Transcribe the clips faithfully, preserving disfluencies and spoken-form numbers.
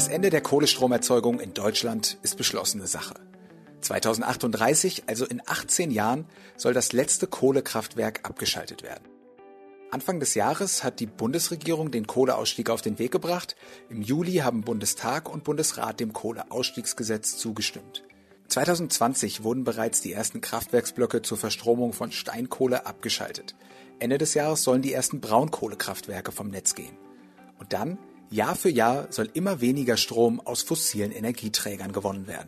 Das Ende der Kohlestromerzeugung in Deutschland ist beschlossene Sache. zweitausendachtunddreißig, also in achtzehn Jahren, soll das letzte Kohlekraftwerk abgeschaltet werden. Anfang des Jahres hat die Bundesregierung den Kohleausstieg auf den Weg gebracht. Im Juli haben Bundestag und Bundesrat dem Kohleausstiegsgesetz zugestimmt. zweitausendzwanzig wurden bereits die ersten Kraftwerksblöcke zur Verstromung von Steinkohle abgeschaltet. Ende des Jahres sollen die ersten Braunkohlekraftwerke vom Netz gehen. Und dann, Jahr für Jahr, soll immer weniger Strom aus fossilen Energieträgern gewonnen werden.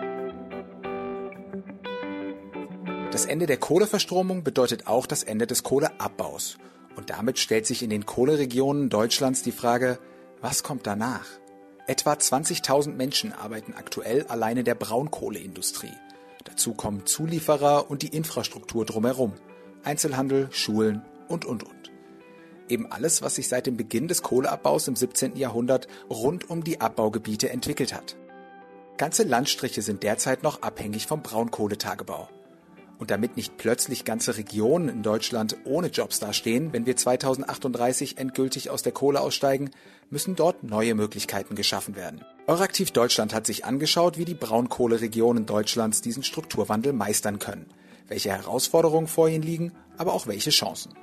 Das Ende der Kohleverstromung bedeutet auch das Ende des Kohleabbaus. Und damit stellt sich in den Kohleregionen Deutschlands die Frage, was kommt danach? Etwa zwanzigtausend Menschen arbeiten aktuell allein in der Braunkohleindustrie. Dazu kommen Zulieferer und die Infrastruktur drumherum. Einzelhandel, Schulen und, und, und. Eben alles, was sich seit dem Beginn des Kohleabbaus im siebzehnten Jahrhundert rund um die Abbaugebiete entwickelt hat. Ganze Landstriche sind derzeit noch abhängig vom Braunkohletagebau. Und damit nicht plötzlich ganze Regionen in Deutschland ohne Jobs dastehen, wenn wir zweitausendachtunddreißig endgültig aus der Kohle aussteigen, müssen dort neue Möglichkeiten geschaffen werden. Euraktiv Deutschland hat sich angeschaut, wie die Braunkohleregionen Deutschlands diesen Strukturwandel meistern können, welche Herausforderungen vor ihnen liegen, aber auch welche Chancen.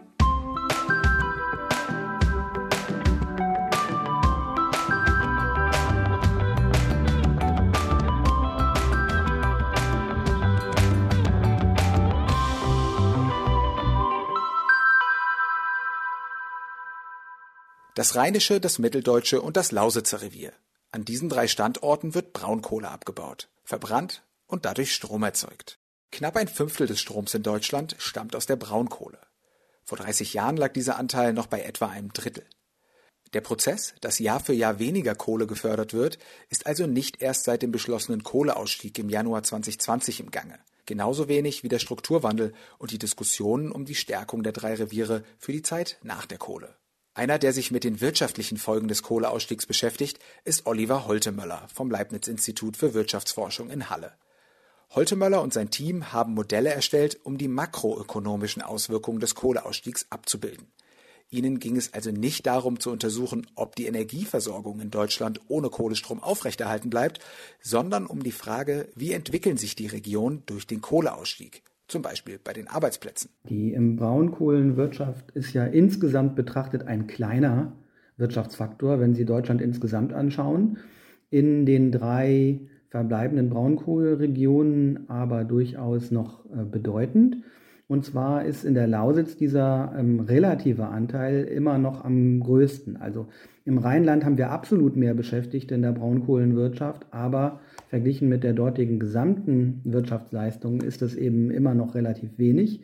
Das Rheinische, das Mitteldeutsche und das Lausitzer Revier. An diesen drei Standorten wird Braunkohle abgebaut, verbrannt und dadurch Strom erzeugt. Knapp ein Fünftel des Stroms in Deutschland stammt aus der Braunkohle. Vor dreißig Jahren lag dieser Anteil noch bei etwa einem Drittel. Der Prozess, dass Jahr für Jahr weniger Kohle gefördert wird, ist also nicht erst seit dem beschlossenen Kohleausstieg im Januar zweitausendzwanzig im Gange. Genauso wenig wie der Strukturwandel und die Diskussionen um die Stärkung der drei Reviere für die Zeit nach der Kohle. Einer, der sich mit den wirtschaftlichen Folgen des Kohleausstiegs beschäftigt, ist Oliver Holtemöller vom Leibniz-Institut für Wirtschaftsforschung in Halle. Holtemöller und sein Team haben Modelle erstellt, um die makroökonomischen Auswirkungen des Kohleausstiegs abzubilden. Ihnen ging es also nicht darum zu untersuchen, ob die Energieversorgung in Deutschland ohne Kohlestrom aufrechterhalten bleibt, sondern um die Frage, wie entwickeln sich die Regionen durch den Kohleausstieg? Zum Beispiel bei den Arbeitsplätzen. Die ähm, Braunkohlenwirtschaft ist ja insgesamt betrachtet ein kleiner Wirtschaftsfaktor, wenn Sie Deutschland insgesamt anschauen. In den drei verbleibenden Braunkohleregionen aber durchaus noch äh, bedeutend. Und zwar ist in der Lausitz dieser ähm, relative Anteil immer noch am größten. Also im Rheinland haben wir absolut mehr Beschäftigte in der Braunkohlenwirtschaft, aber verglichen mit der dortigen gesamten Wirtschaftsleistung ist es eben immer noch relativ wenig.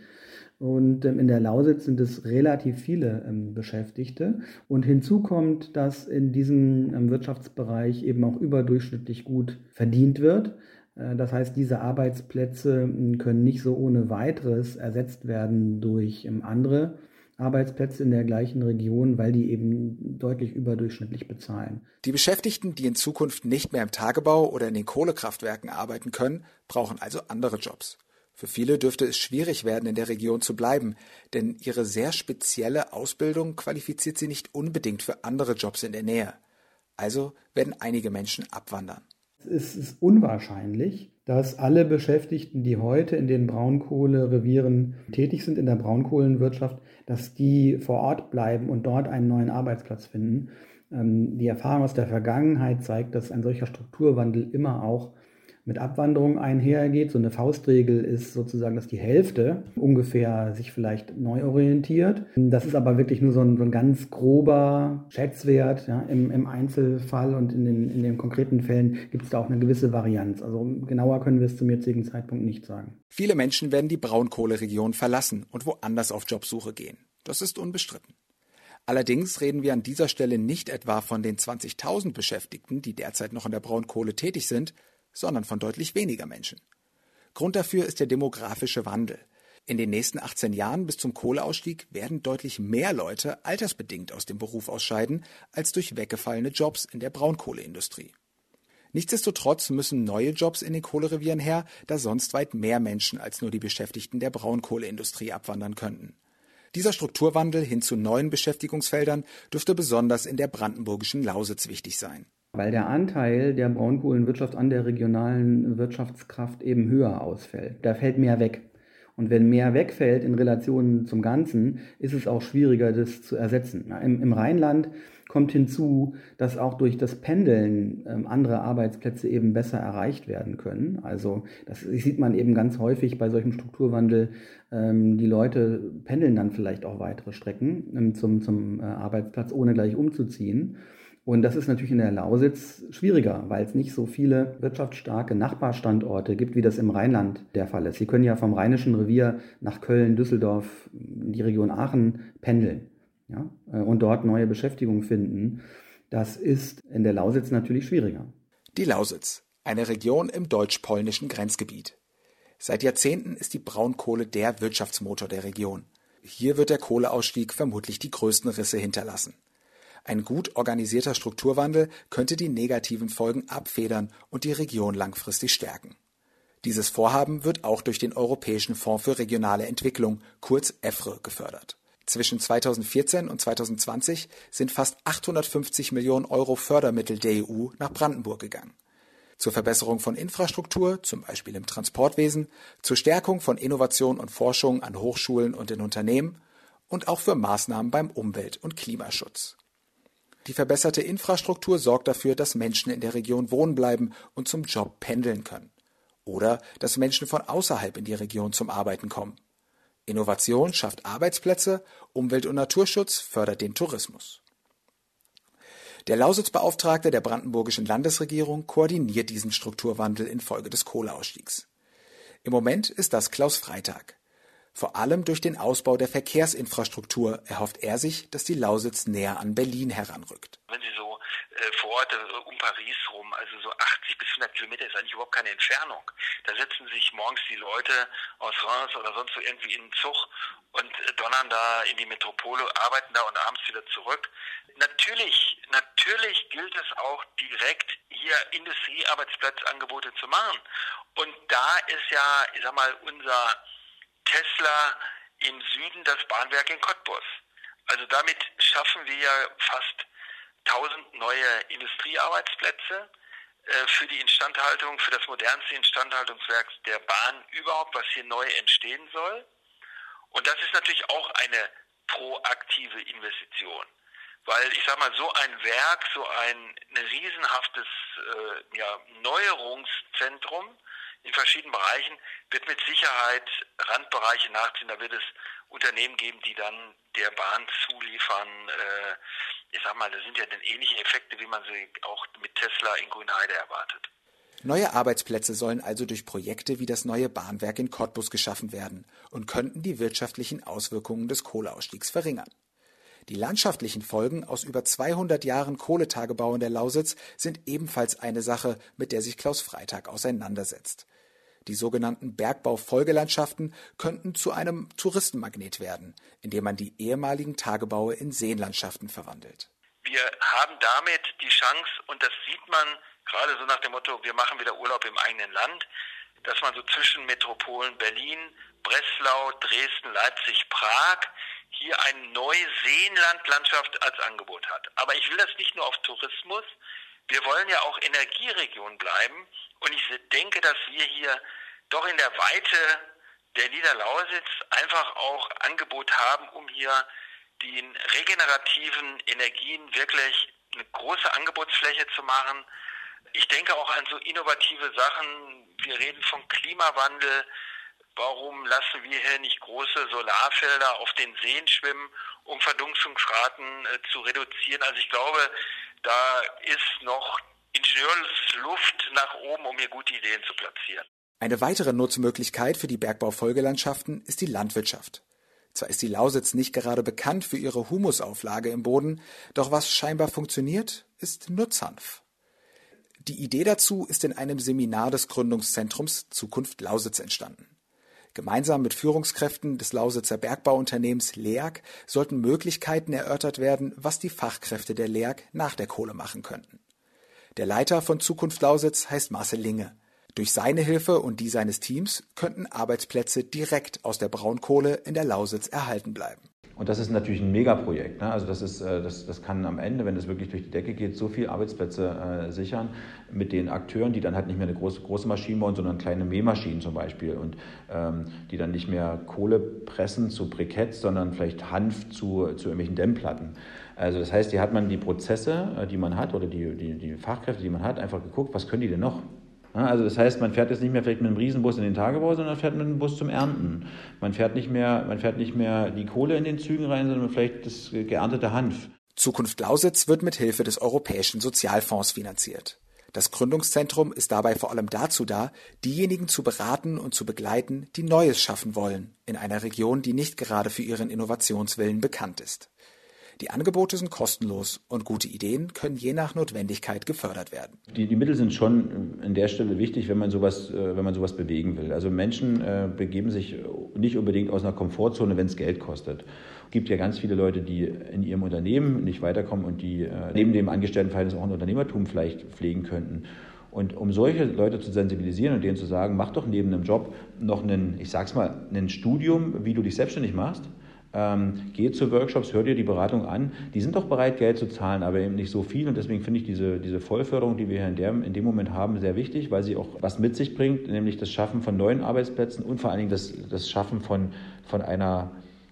Und ähm, in der Lausitz sind es relativ viele ähm, Beschäftigte. Und hinzu kommt, dass in diesem ähm, Wirtschaftsbereich eben auch überdurchschnittlich gut verdient wird. Das heißt, diese Arbeitsplätze können nicht so ohne weiteres ersetzt werden durch andere Arbeitsplätze in der gleichen Region, weil die eben deutlich überdurchschnittlich bezahlen. Die Beschäftigten, die in Zukunft nicht mehr im Tagebau oder in den Kohlekraftwerken arbeiten können, brauchen also andere Jobs. Für viele dürfte es schwierig werden, in der Region zu bleiben, denn ihre sehr spezielle Ausbildung qualifiziert sie nicht unbedingt für andere Jobs in der Nähe. Also werden einige Menschen abwandern. Es ist unwahrscheinlich, dass alle Beschäftigten, die heute in den Braunkohlerevieren tätig sind, in der Braunkohlenwirtschaft, dass die vor Ort bleiben und dort einen neuen Arbeitsplatz finden. Die Erfahrung aus der Vergangenheit zeigt, dass ein solcher Strukturwandel immer auch mit Abwanderung einhergeht. So eine Faustregel ist sozusagen, dass die Hälfte ungefähr sich vielleicht neu orientiert. Das ist aber wirklich nur so ein, so ein ganz grober Schätzwert, ja, im, im Einzelfall, und in den, in den konkreten Fällen gibt es da auch eine gewisse Varianz. Also genauer können wir es zum jetzigen Zeitpunkt nicht sagen. Viele Menschen werden die Braunkohleregion verlassen und woanders auf Jobsuche gehen. Das ist unbestritten. Allerdings reden wir an dieser Stelle nicht etwa von den zwanzigtausend Beschäftigten, die derzeit noch in der Braunkohle tätig sind, sondern von deutlich weniger Menschen. Grund dafür ist der demografische Wandel. In den nächsten achtzehn Jahren bis zum Kohleausstieg werden deutlich mehr Leute altersbedingt aus dem Beruf ausscheiden, als durch weggefallene Jobs in der Braunkohleindustrie. Nichtsdestotrotz müssen neue Jobs in den Kohlerevieren her, da sonst weit mehr Menschen als nur die Beschäftigten der Braunkohleindustrie abwandern könnten. Dieser Strukturwandel hin zu neuen Beschäftigungsfeldern dürfte besonders in der brandenburgischen Lausitz wichtig sein. weil der Anteil der Braunkohlenwirtschaft an der regionalen Wirtschaftskraft eben höher ausfällt. Da fällt mehr weg. Und wenn mehr wegfällt in Relation zum Ganzen, ist es auch schwieriger, das zu ersetzen. Im, im Rheinland kommt hinzu, dass auch durch das Pendeln ähm, andere Arbeitsplätze eben besser erreicht werden können. Also das sieht man eben ganz häufig bei solchem Strukturwandel. Ähm, die Leute pendeln dann vielleicht auch weitere Strecken ähm, zum, zum äh, Arbeitsplatz, ohne gleich umzuziehen. Und das ist natürlich in der Lausitz schwieriger, weil es nicht so viele wirtschaftsstarke Nachbarstandorte gibt, wie das im Rheinland der Fall ist. Sie können ja vom Rheinischen Revier nach Köln, Düsseldorf, in die Region Aachen pendeln, ja, und dort neue Beschäftigung finden. Das ist in der Lausitz natürlich schwieriger. Die Lausitz, eine Region im deutsch-polnischen Grenzgebiet. Seit Jahrzehnten ist die Braunkohle der Wirtschaftsmotor der Region. Hier wird der Kohleausstieg vermutlich die größten Risse hinterlassen. Ein gut organisierter Strukturwandel könnte die negativen Folgen abfedern und die Region langfristig stärken. Dieses Vorhaben wird auch durch den Europäischen Fonds für regionale Entwicklung, kurz E F R E, gefördert. Zwischen zweitausendvierzehn und zweitausendzwanzig sind fast achthundertfünfzig Millionen Euro Fördermittel der E U nach Brandenburg gegangen. Zur Verbesserung von Infrastruktur, zum Beispiel im Transportwesen, zur Stärkung von Innovation und Forschung an Hochschulen und in Unternehmen und auch für Maßnahmen beim Umwelt- und Klimaschutz. Die verbesserte Infrastruktur sorgt dafür, dass Menschen in der Region wohnen bleiben und zum Job pendeln können. Oder dass Menschen von außerhalb in die Region zum Arbeiten kommen. Innovation schafft Arbeitsplätze, Umwelt- und Naturschutz fördert den Tourismus. Der Lausitz-Beauftragte der brandenburgischen Landesregierung koordiniert diesen Strukturwandel infolge des Kohleausstiegs. Im Moment ist das Klaus Freitag. Vor allem durch den Ausbau der Verkehrsinfrastruktur erhofft er sich, dass die Lausitz näher an Berlin heranrückt. Wenn Sie so äh, vor Ort äh, um Paris rum, also so achtzig bis hundert Kilometer ist eigentlich überhaupt keine Entfernung. Da setzen sich morgens die Leute aus Reims oder sonst wo irgendwie in den Zug und äh, donnern da in die Metropole, arbeiten da und abends wieder zurück. Natürlich, natürlich gilt es auch direkt hier Industriearbeitsplatzangebote zu machen. Und da ist ja, ich sag mal, unser Tesla im Süden das Bahnwerk in Cottbus. Also damit schaffen wir ja fast tausend neue Industriearbeitsplätze äh, für die Instandhaltung, für das modernste Instandhaltungswerk der Bahn überhaupt, was hier neu entstehen soll. Und das ist natürlich auch eine proaktive Investition. Weil ich sag mal, so ein Werk, so ein, ein riesenhaftes äh, ja, Neuerungszentrum in verschiedenen Bereichen wird mit Sicherheit Randbereiche nachziehen. Da wird es Unternehmen geben, die dann der Bahn zuliefern. Äh, ich sag mal, das sind ja dann ähnliche Effekte, wie man sie auch mit Tesla in Grünheide erwartet. Neue Arbeitsplätze sollen also durch Projekte wie das neue Bahnwerk in Cottbus geschaffen werden und könnten die wirtschaftlichen Auswirkungen des Kohleausstiegs verringern. Die landschaftlichen Folgen aus über zweihundert Jahren Kohletagebau in der Lausitz sind ebenfalls eine Sache, mit der sich Klaus Freitag auseinandersetzt. Die sogenannten Bergbaufolgelandschaften könnten zu einem Touristenmagnet werden, indem man die ehemaligen Tagebaue in Seenlandschaften verwandelt. Wir haben damit die Chance, und das sieht man gerade so nach dem Motto, wir machen wieder Urlaub im eigenen Land, dass man so zwischen Metropolen Berlin, Breslau, Dresden, Leipzig, Prag hier eine neue Seenlandlandschaft als Angebot hat. Aber ich will das nicht nur auf Tourismus, wir wollen ja auch Energieregion bleiben und ich denke, dass wir hier doch in der Weite der Niederlausitz einfach auch Angebot haben, um hier den regenerativen Energien wirklich eine große Angebotsfläche zu machen. Ich denke auch an so innovative Sachen, wir reden von Klimawandel. Warum lassen wir hier nicht große Solarfelder auf den Seen schwimmen, um Verdunstungsraten äh, zu reduzieren? Also ich glaube, da ist noch Ingenieursluft nach oben, um hier gute Ideen zu platzieren. Eine weitere Nutzmöglichkeit für die Bergbaufolgelandschaften ist die Landwirtschaft. Zwar ist die Lausitz nicht gerade bekannt für ihre Humusauflage im Boden, doch was scheinbar funktioniert, ist Nutzhanf. Die Idee dazu ist in einem Seminar des Gründungszentrums Zukunft Lausitz entstanden. Gemeinsam mit Führungskräften des Lausitzer Bergbauunternehmens L E A G sollten Möglichkeiten erörtert werden, was die Fachkräfte der L E A G nach der Kohle machen könnten. Der Leiter von Zukunft Lausitz heißt Marcel Linge. Durch seine Hilfe und die seines Teams könnten Arbeitsplätze direkt aus der Braunkohle in der Lausitz erhalten bleiben. Und das ist natürlich ein Megaprojekt. Ne? Also das, ist, das, das kann am Ende, wenn es wirklich durch die Decke geht, so viele Arbeitsplätze äh, sichern mit den Akteuren, die dann halt nicht mehr eine große, große Maschine bauen, sondern kleine Mähmaschinen zum Beispiel und ähm, die dann nicht mehr Kohle pressen zu Briketts, sondern vielleicht Hanf zu, zu irgendwelchen Dämmplatten. Also das heißt, hier hat man die Prozesse, die man hat oder die, die, die Fachkräfte, die man hat, einfach geguckt, was können die denn noch? Also das heißt, man fährt jetzt nicht mehr vielleicht mit einem Riesenbus in den Tagebau, sondern fährt mit einem Bus zum Ernten. Man fährt nicht mehr, man fährt nicht mehr die Kohle in den Zügen rein, sondern vielleicht das geerntete Hanf. Zukunft Lausitz wird mit Hilfe des Europäischen Sozialfonds finanziert. Das Gründungszentrum ist dabei vor allem dazu da, diejenigen zu beraten und zu begleiten, die Neues schaffen wollen, in einer Region, die nicht gerade für ihren Innovationswillen bekannt ist. Die Angebote sind kostenlos und gute Ideen können je nach Notwendigkeit gefördert werden. Die, die Mittel sind schon an der Stelle wichtig, wenn man sowas, wenn man sowas bewegen will. Also Menschen äh, begeben sich nicht unbedingt aus einer Komfortzone, wenn es Geld kostet. Es gibt ja ganz viele Leute, die in ihrem Unternehmen nicht weiterkommen und die äh, neben dem Angestelltenverhältnis auch ein Unternehmertum vielleicht pflegen könnten. Und um solche Leute zu sensibilisieren und denen zu sagen, mach doch neben einem Job noch einen, ich sag's mal, ein Studium, wie du dich selbstständig machst. Ähm, geh zu Workshops, hör dir die Beratung an. Die sind doch bereit, Geld zu zahlen, aber eben nicht so viel. Und deswegen finde ich diese, diese Vollförderung, die wir hier in, der, in dem Moment haben, sehr wichtig, weil sie auch was mit sich bringt, nämlich das Schaffen von neuen Arbeitsplätzen und vor allen Dingen das, das Schaffen von, von, einer,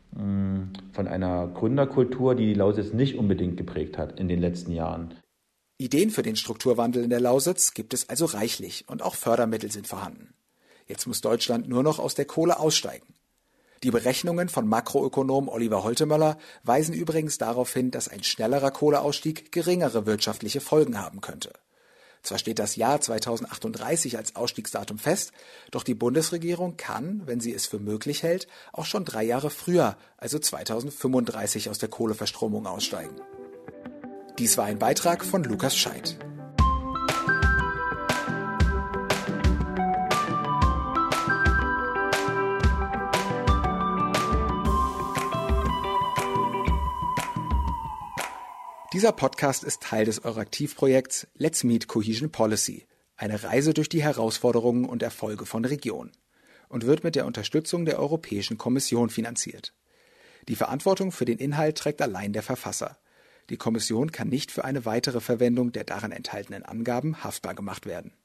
mh, von einer Gründerkultur, die die Lausitz nicht unbedingt geprägt hat in den letzten Jahren. Ideen für den Strukturwandel in der Lausitz gibt es also reichlich und auch Fördermittel sind vorhanden. Jetzt muss Deutschland nur noch aus der Kohle aussteigen. Die Berechnungen von Makroökonom Oliver Holtemöller weisen übrigens darauf hin, dass ein schnellerer Kohleausstieg geringere wirtschaftliche Folgen haben könnte. Zwar steht das Jahr zweitausendachtunddreißig als Ausstiegsdatum fest, doch die Bundesregierung kann, wenn sie es für möglich hält, auch schon drei Jahre früher, also zweitausendfünfunddreißig, aus der Kohleverstromung aussteigen. Dies war ein Beitrag von Lukas Scheidt. Dieser Podcast ist Teil des Euraktiv-Projekts Let's Meet Cohesion Policy, eine Reise durch die Herausforderungen und Erfolge von Regionen, und wird mit der Unterstützung der Europäischen Kommission finanziert. Die Verantwortung für den Inhalt trägt allein der Verfasser. Die Kommission kann nicht für eine weitere Verwendung der darin enthaltenen Angaben haftbar gemacht werden.